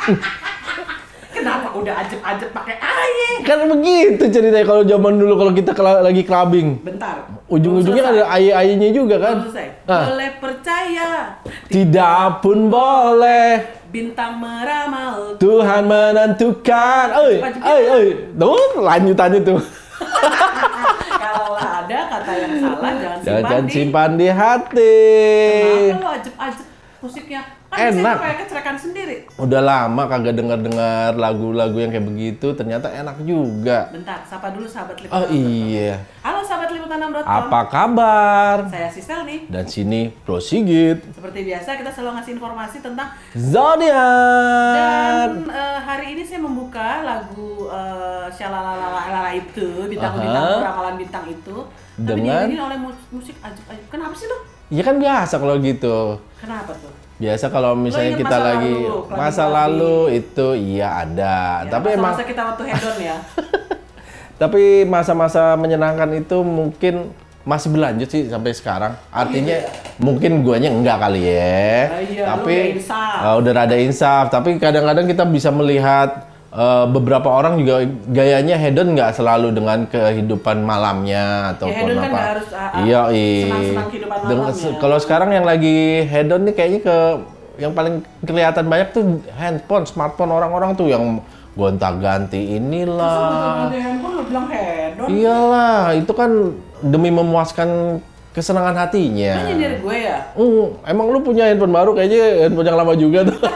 Kenapa udah ajep-ajep pakai aye? Kan begitu ceritanya kalau zaman dulu kalau kita lagi clubbing. Bentar. Ujung-ujungnya ada aye-ayenya juga kan? Belum selesai. Boleh percaya. Tidak pun boleh. Bintang meramal. Tuhan menentukan. Oi. Tuh lanjutannya tuh. Kalau ada kata yang salah Jangan simpan di hati. Kenapa lu ajep-ajep musiknya? Kan Enak. kayak kecerakan sendiri. Udah lama kagak dengar lagu-lagu yang kayak begitu, ternyata enak juga. Bentar, sapa dulu sahabat Liputan. Oh iya. Halo sahabat Liputan6.com. Apa kabar? Saya Sistel nih. Dan sini Bro Sigit. Seperti biasa kita selalu ngasih informasi tentang Zodiak. dan hari ini saya membuka lagu Syalalalala itu, bintang-bintang ramalan bintang itu. Tapi Dengan diiringin oleh musik ajib-ajib. Kenapa sih lo? ya kan biasa kalau gitu. Kenapa tuh? Biasa kalau misalnya ingat kita masa lagi lalu, masa clubbing. lalu itu iya ada. Ya, Tapi emang masa-masa kita waktu hedon ya. tapi masa-masa menyenangkan itu mungkin masih berlanjut sih sampai sekarang. Artinya mungkin guanya enggak kali ya. Iya, Tapi lu udah insaf. udah rada insaf. Tapi kadang-kadang kita bisa melihat beberapa orang juga gayanya hedon nggak selalu dengan kehidupan malamnya ataupun hedon kan apa. nggak harus, Iya, senang-senang kehidupan malamnya. kalau sekarang yang lagi hedon nih kayaknya yang paling kelihatan banyak tuh handphone, smartphone orang-orang tuh yang gonta-ganti inilah. Terus handphone lo bilang hedon. Iyalah, itu kan demi memuaskan kesenangan hatinya. Kan nyindir gue ya? Emang lu punya handphone baru kayaknya handphone yang lama juga tuh.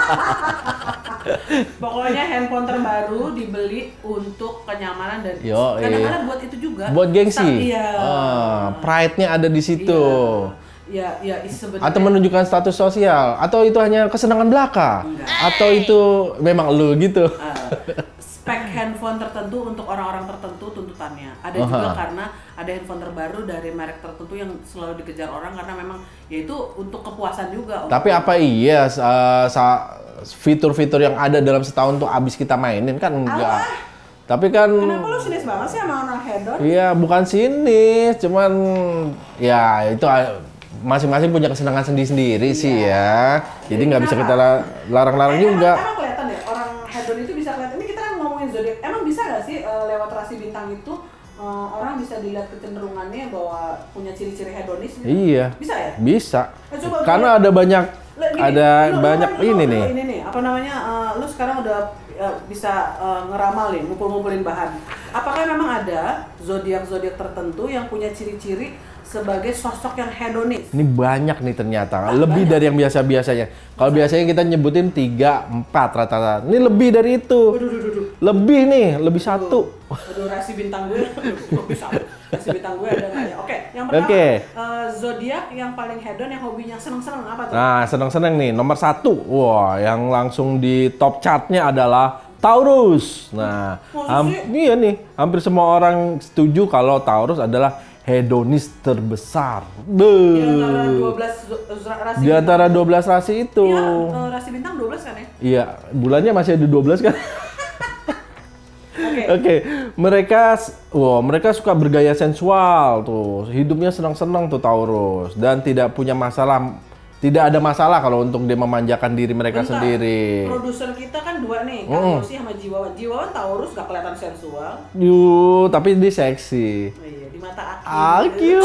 Pokoknya handphone terbaru dibeli untuk kenyamanan dan Yo, kadang-kadang buat itu juga. Buat gengsi. Iya. Pride-nya ada di situ. Iya, sebenarnya. Atau menunjukkan status sosial, atau itu hanya kesenangan belaka, atau itu memang lu gitu. Spek handphone tertentu untuk orang-orang tertentu tuntutannya. Ada juga karena ada handphone terbaru dari merek tertentu yang selalu dikejar orang karena memang yaitu untuk kepuasan juga. Tapi apa iya fitur-fitur yang ada dalam setahun tuh abis kita mainin kan enggak. Tapi kan Kenapa lu sinis banget sih sama orang hedon? iya bukan sinis, cuman ya itu masing-masing punya kesenangan sendiri-sendiri sih ya. Jadi nggak bisa kita larang-larang juga. Emang kelihatan ya orang hedon itu bisa kelihatan. Ini kita kan ngomongin zodiak. Emang bisa nggak sih lewat rasi bintang itu orang bisa dilihat kecenderungannya bahwa punya ciri-ciri hedonis? Gitu? Iya. Bisa ya? Bisa. Coba, Karena ada banyak ini nih, apa namanya? Lu sekarang udah bisa ngeramalin, ngumpul-ngumpulin bahan. Apakah memang ada zodiak-zodiak tertentu yang punya ciri-ciri sebagai sosok yang hedonis? Ini banyak nih ternyata, lebih dari yang biasa-biasanya. Kalau biasanya kita nyebutin 3, 4 rata-rata. Ini lebih dari itu. Lebih nih, lebih satu. Aduh, rasi bintang gue bisa. Rasi bintang gue ada nggak ya? Oke, yang pertama zodiak yang paling hedon yang hobinya seneng-seneng apa tuh? Nah, seneng-seneng nih, nomor 1. Wah, yang langsung di top chartnya adalah Taurus. Nah, iya nih, hampir semua orang setuju kalau Taurus adalah hedonis terbesar. Di antara 12 rasi itu. Iya, rasi bintang 12 kan ya? Iya, bulannya masih ada 12 kan? Oke. Mereka suka bergaya sensual tuh. Hidupnya senang-senang tuh Taurus dan tidak punya masalah. Tidak ada masalah kalau untuk dia memanjakan diri mereka sendiri. Produser kita kan 2 nih, Kak Yosi sama Jiwawan. Jiwawan Taurus gak kelihatan sensual. Tapi dia seksi. Oh iya, di mata aku. Aku.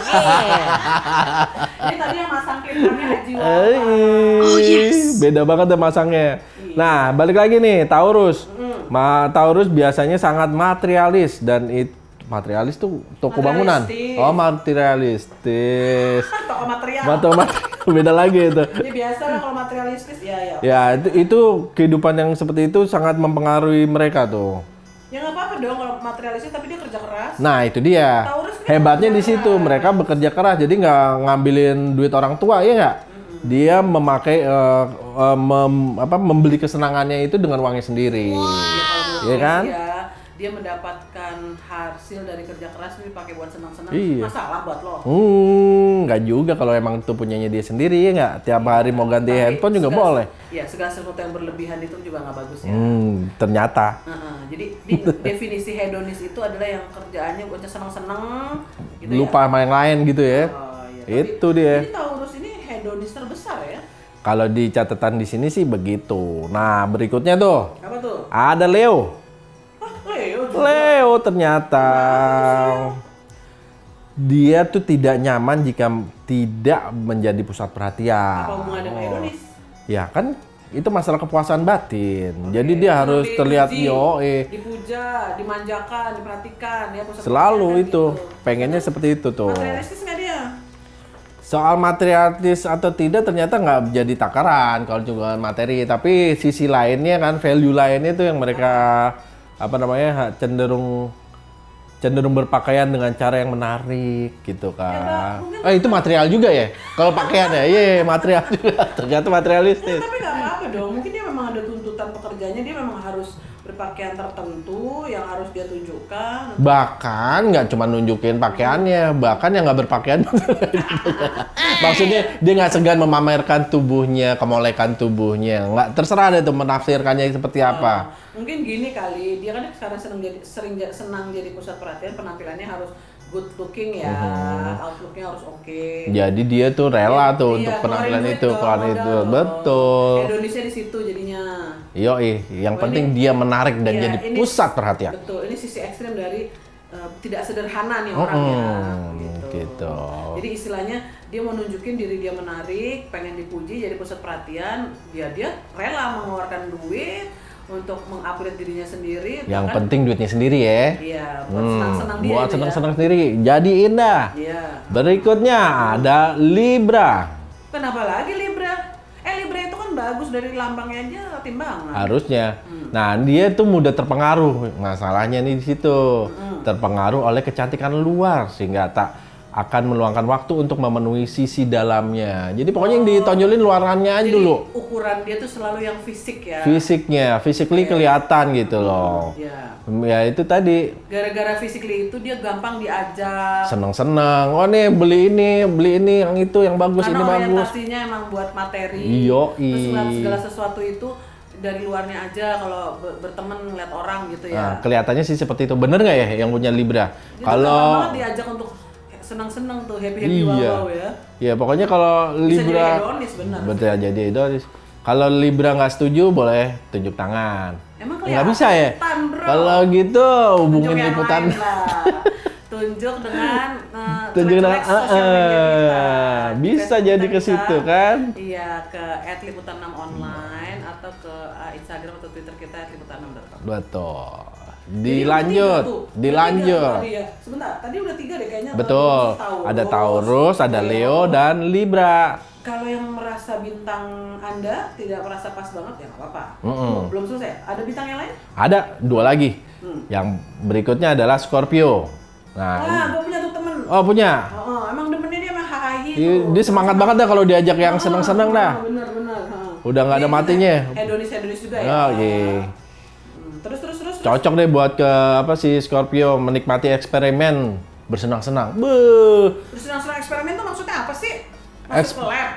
Ini tadi yang masang klipnya Jiwawan. Beda banget deh masangnya. Nah, balik lagi nih, Taurus. Taurus biasanya sangat materialis dan materialis tuh toko bangunan. Oh, materialistis. Toko material. Beda lagi itu. Ini biasa lah kalau materialistis ya. Ya, itu kehidupan yang seperti itu sangat mempengaruhi mereka tuh. Ya nggak apa-apa dong kalau materialistis tapi dia kerja keras. Nah, itu dia. Hebatnya di situ, mereka bekerja keras jadi nggak ngambilin duit orang tua, ya nggak? Dia memakai membeli kesenangannya itu dengan uangnya sendiri. Iya kan? Dia mendapatkan hasil dari kerja keras ini pakai buat senang-senang. Iya. Masalah buat lo. Nggak juga kalau emang itu punyanya dia sendiri ya nggak. Tiap hari mau ganti handphone juga boleh. Iya, segala sesuatu yang berlebihan itu juga nggak bagus ya. Ternyata. Jadi definisi hedonis itu adalah yang kerjaannya buat senang-senang. Gitu lupa sama yang lain gitu ya. Iya. Itu dia. Jadi Taurus ini hedonis terbesar ya? Kalau di catatan di sini sih begitu. Nah, berikutnya tuh. Apa tuh? Ada Leo. Leo juga. Leo ternyata. Dia tuh tidak nyaman jika tidak menjadi pusat perhatian. Apa hubungannya sama hedonis? Ya kan itu masalah kepuasan batin. Jadi dia harus terlihat dipuja, dimanjakan, diperhatikan ya pusat selalu perhatian itu. gitu. Pengennya seperti itu tuh. Materialistis nggak dia? Soal materialistis atau tidak ternyata nggak jadi takaran kalau juga materi, tapi sisi lainnya kan, value lainnya itu yang mereka cenderung berpakaian dengan cara yang menarik gitu kan. Itu material juga ya? Kalau pakaian ya, iya material juga. Ternyata materialistis. Tapi nggak apa-apa dong. Mungkin dia memang ada tuntutan pekerjaannya, dia memang harus berpakaian tertentu yang harus dia tunjukkan. Bahkan nggak cuma nunjukin pakaiannya, bahkan yang nggak berpakaian. Maksudnya dia nggak segan memamerkan tubuhnya, kemolekan tubuhnya. Nggak terserah deh tuh menafsirkannya seperti apa. Mungkin gini kali, dia kan sekarang senang jadi pusat perhatian, penampilannya harus good looking ya, outlooknya harus oke. Jadi dia tuh rela tuh untuk penampilan itu, keluarin itu, betul. Indonesia di situ jadinya. Yoi, yang penting dia menarik dan jadi pusat perhatian. Betul, ini sisi ekstrim dari tidak sederhana nih orangnya. Gitu. Jadi istilahnya dia mau nunjukin diri dia menarik, pengen dipuji, jadi pusat perhatian, dia rela mengeluarkan duit untuk mengupgrade dirinya sendiri. Yang penting duitnya sendiri ya. Iya, buat senang-senang dia. Buat senang-senang sendiri, jadi indah. Iya. Berikutnya ada Libra. Kenapa lagi Libra? Libra itu kan bagus dari lambangnya aja timbangan. Harusnya. Nah, dia tuh mudah terpengaruh. Masalahnya nih di situ. Terpengaruh oleh kecantikan luar sehingga tak akan meluangkan waktu untuk memenuhi sisi dalamnya. Jadi pokoknya yang ditonjolin luarannya aja dulu. Ukuran dia tuh selalu yang fisik ya. Fisiknya, physically kelihatan gitu loh. Iya. Ya itu tadi. Gara-gara physically itu dia gampang diajak. Seneng-seneng. Oh nih beli ini, yang itu, yang bagus, karena ini bagus. Karena orientasinya emang buat materi. Terus ngeliat segala sesuatu itu dari luarnya aja, kalau berteman ngeliat orang gitu ya. Nah, kelihatannya sih seperti itu. Bener nggak ya yang punya Libra? Kalau banget diajak untuk senang-senang tuh, happy-happy wow ya. Iya, pokoknya kalau Libra betul jadi hedonis. Kalau Libra nggak setuju boleh tunjuk tangan. Emang nggak bisa ya? Kalau gitu hubungin liputan. Tunjuk dengan bisa jadi ke situ kan? Iya, ke @liputan6 online atau ke Instagram atau Twitter kita @liputan6.com. Betul. Dilanjut. Sebentar, tadi udah 3 deh kayaknya. Betul. Ada Taurus, ada Leo dan Libra. Kalau yang merasa bintang Anda tidak merasa pas banget ya nggak apa-apa. Belum selesai. Ada bintang yang lain? Ada 2 lagi. Yang berikutnya adalah Scorpio. Nah, gue punya tuh temen. Oh, punya. Emang demennya dia emang hahaha. Dia semangat banget dah kalau diajak yang seneng-seneng dah. Bener. Udah nggak ada matinya. Hedonis juga ya. Oke. Terus. Cocok deh buat ke Scorpio menikmati eksperimen bersenang-senang. Bersenang-senang eksperimen tuh maksudnya apa sih? Masuk ke lab.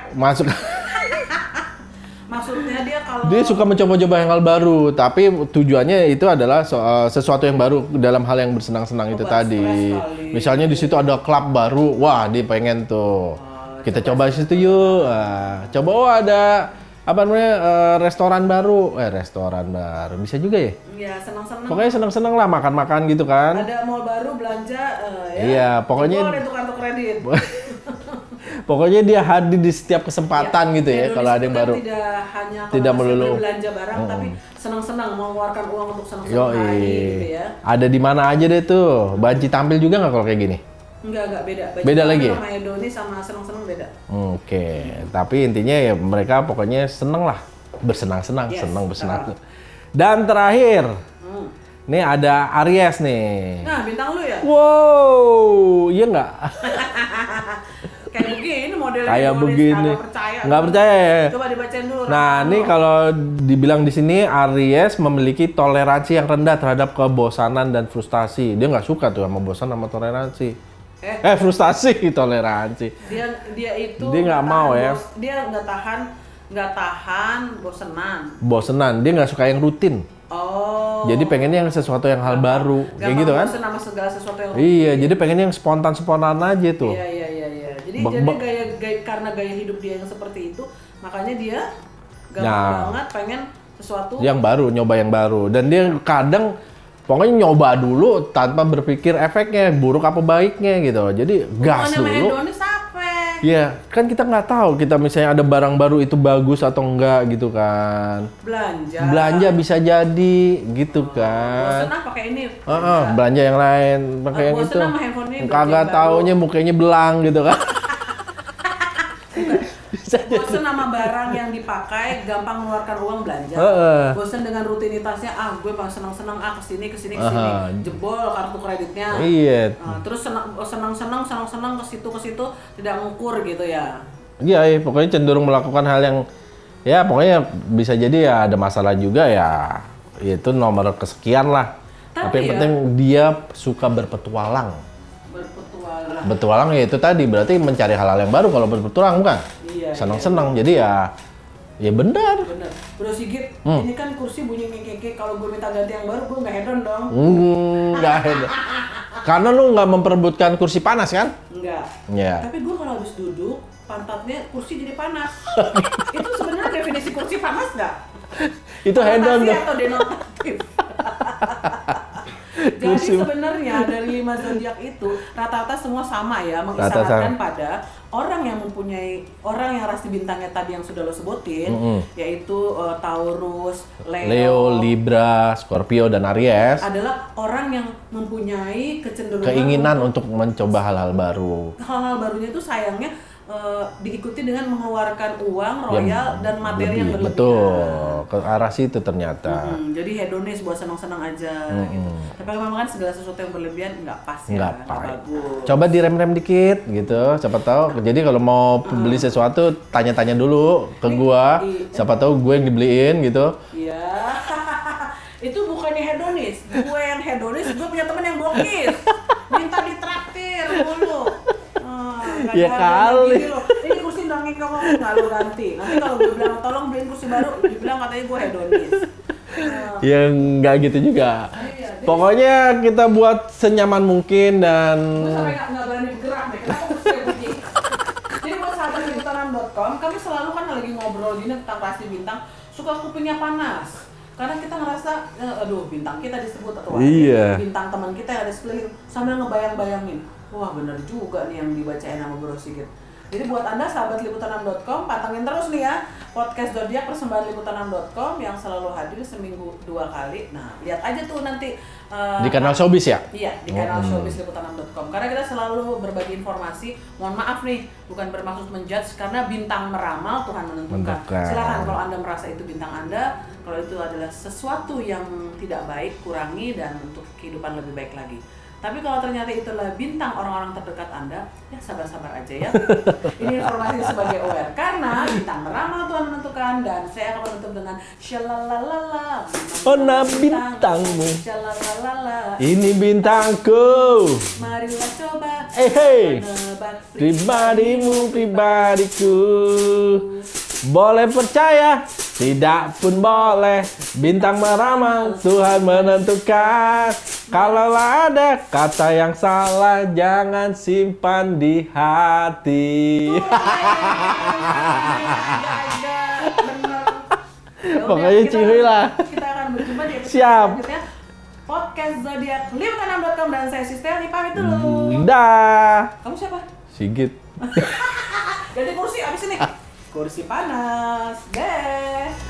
Maksudnya dia suka mencoba-coba hal baru, tapi tujuannya itu adalah sesuatu yang baru dalam hal yang bersenang-senang itu tadi. Misalnya di situ ada klub baru, wah dia pengen tuh. Kita coba di situ yuk. Coba ada restoran baru bisa juga ya? Iya, senang-senang. Pokoknya senang-senang lah, makan-makan gitu kan. Ada mall baru, belanja ya. Iya, pokoknya itu kartu kredit. Pokoknya dia hadir di setiap kesempatan gitu ya kalau ada yang baru. Tidak melulu belanja barang, tapi senang-senang mengeluarkan uang untuk senang-senang gitu ya. Ada di mana aja deh tuh. Banci tampil juga nggak kalau kayak gini? Enggak beda. Beda lagi ya? Sama hedonis sama senang-senang beda. Oke. Tapi intinya ya mereka pokoknya seneng lah. Bersenang-senang, senang bersenang. Dan terakhir, nih ada Aries nih. Nah, bintang lu ya? Wow, iya nggak? Kayak begini modelnya. Kayak begini. Nggak percaya ya? Coba dibacain dulu. Nah, ini kalau dibilang di sini Aries memiliki toleransi yang rendah terhadap kebosanan dan frustasi. Dia nggak suka tuh sama bosan sama toleransi. Frustasi, toleransi. Dia itu. Dia nggak mau ya. Dia nggak tahan bosenan. Dia nggak suka yang rutin. Oh. Jadi pengennya yang sesuatu yang hal baru, kayak gitu kan? Bosen sama segala sesuatu yang rutin. Iya, jadi pengennya yang spontan aja tuh. Iya. Jadi karena gaya hidup dia yang seperti itu, Makanya dia gampang banget pengen sesuatu yang baru, nyoba yang baru. Dan dia kadang pokoknya nyoba dulu tanpa berpikir efeknya, buruk apa baiknya gitu. Jadi gas dulu. Hedonis apa? Ya, kan kita nggak tahu kita misalnya ada barang baru itu bagus atau enggak gitu kan. Belanja bisa jadi gitu kan. Bosen ah pakai ini. Belanja yang lain pakai yang itu. Kagak taunya mukanya belang gitu kan. Bosen sama barang yang dipakai, gampang mengeluarkan uang belanja. Bosen dengan rutinitasnya, gue paling senang-senang kesini, jebol kartu kreditnya. Iya. Terus senang-senang ke situ tidak mengukur gitu ya. Iya, pokoknya cenderung melakukan hal yang ya pokoknya bisa jadi ya ada masalah juga ya. Itu nomor kesekian lah. Tapi yang penting dia suka berpetualang. Berpetualang ya itu tadi berarti mencari hal-hal yang baru kalau berpetualang bukan? Iya. Senang-senang jadi ya benar. Bro Sigit, ini kan kursi bunyi ngekeke, kalau gue minta ganti yang baru gue nggak hedon dong. Nggak hedon. Karena lu nggak memperebutkan kursi panas kan? Enggak. Yeah. Tapi gue kalau habis duduk, pantatnya kursi jadi panas. Itu sebenarnya definisi kursi panas nggak? Itu hedon dong. Atau denotatif? Jadi sebenarnya dari 5 zodiak itu rata-rata semua sama ya, mengisyaratkan pada orang yang rasi bintangnya tadi yang sudah lo sebutin, yaitu Taurus, Leo, Libra, Scorpio dan Aries adalah orang yang mempunyai keinginan untuk mencoba hal-hal baru. Hal-hal barunya itu sayangnya diikuti dengan mengeluarkan uang, royal, dan materi yang berlebihan. Betul, ke arah situ ternyata. Jadi hedonis buat senang-senang aja gitu. Tapi memang kan segala sesuatu yang berlebihan nggak pas ya, nggak bagus. Coba direm-rem dikit gitu, siapa tahu. Jadi kalau mau beli sesuatu, tanya-tanya dulu ke gua, siapa tahu gue yang dibeliin gitu. Iya. Itu bukannya hedonis, gue yang hedonis, gue punya temen yang blokis. Minta ditraktir dulu. Ya kali. Ini kursi nangis kamu nggak lo ganti. Nanti kalau gue bilang tolong beliin kursi baru, dibilang katanya gue hedonis. Ya nggak gitu juga. Pokoknya kita buat senyaman mungkin dan. Gue sampai nggak berani bergerak deh. Kenapa kursinya bunyi? Jadi buat sahabat liputan6.com, kami selalu kan lagi ngobrol gini tentang rasi bintang, suka kupingnya panas. Karena kita ngerasa, bintang kita disebut atau bintang teman kita yang ada sekeliling, sambil ngebayang-bayangin. Wah bener juga nih yang dibacain sama Bro Sigit. Jadi buat Anda sahabat liputan6.com, pantengin terus nih ya podcast Zodiak persembahan liputan6.com yang selalu hadir seminggu 2 kali. Nah, lihat aja tuh nanti di kanal Showbiz ya? Iya, di kanal Showbiz liputan6.com. Karena kita selalu berbagi informasi. Mohon maaf nih, bukan bermaksud menjudge karena bintang meramal Tuhan menentukan. Silakan kalau Anda merasa itu bintang Anda, kalau itu adalah sesuatu yang tidak baik, kurangi dan untuk kehidupan lebih baik lagi. Tapi kalau ternyata itulah bintang orang-orang terdekat Anda, ya sabar-sabar aja ya. Ini informasi sebagai aware. Karena bintang meramal Tuhan menentukan dan saya akan menutup dengan shalalalala. Ona bintangmu. Shalalalala. Ini bintangku. Marilah coba. Pribadimu, pribadiku. Boleh percaya, tidak pun boleh. Bintang meramal, Tuhan menentukan. Kalaulah ada kata yang salah, jangan simpan di hati. Pokoknya cihuy lah. Kita akan berjumpa di episode Siap. selanjutnya. Podcast Zodiak liputan6.com dan saya Sistel pamit dulu. Dah. Kamu siapa? Sigit. Ganti kursi abis ini. Kursi panas. Deh.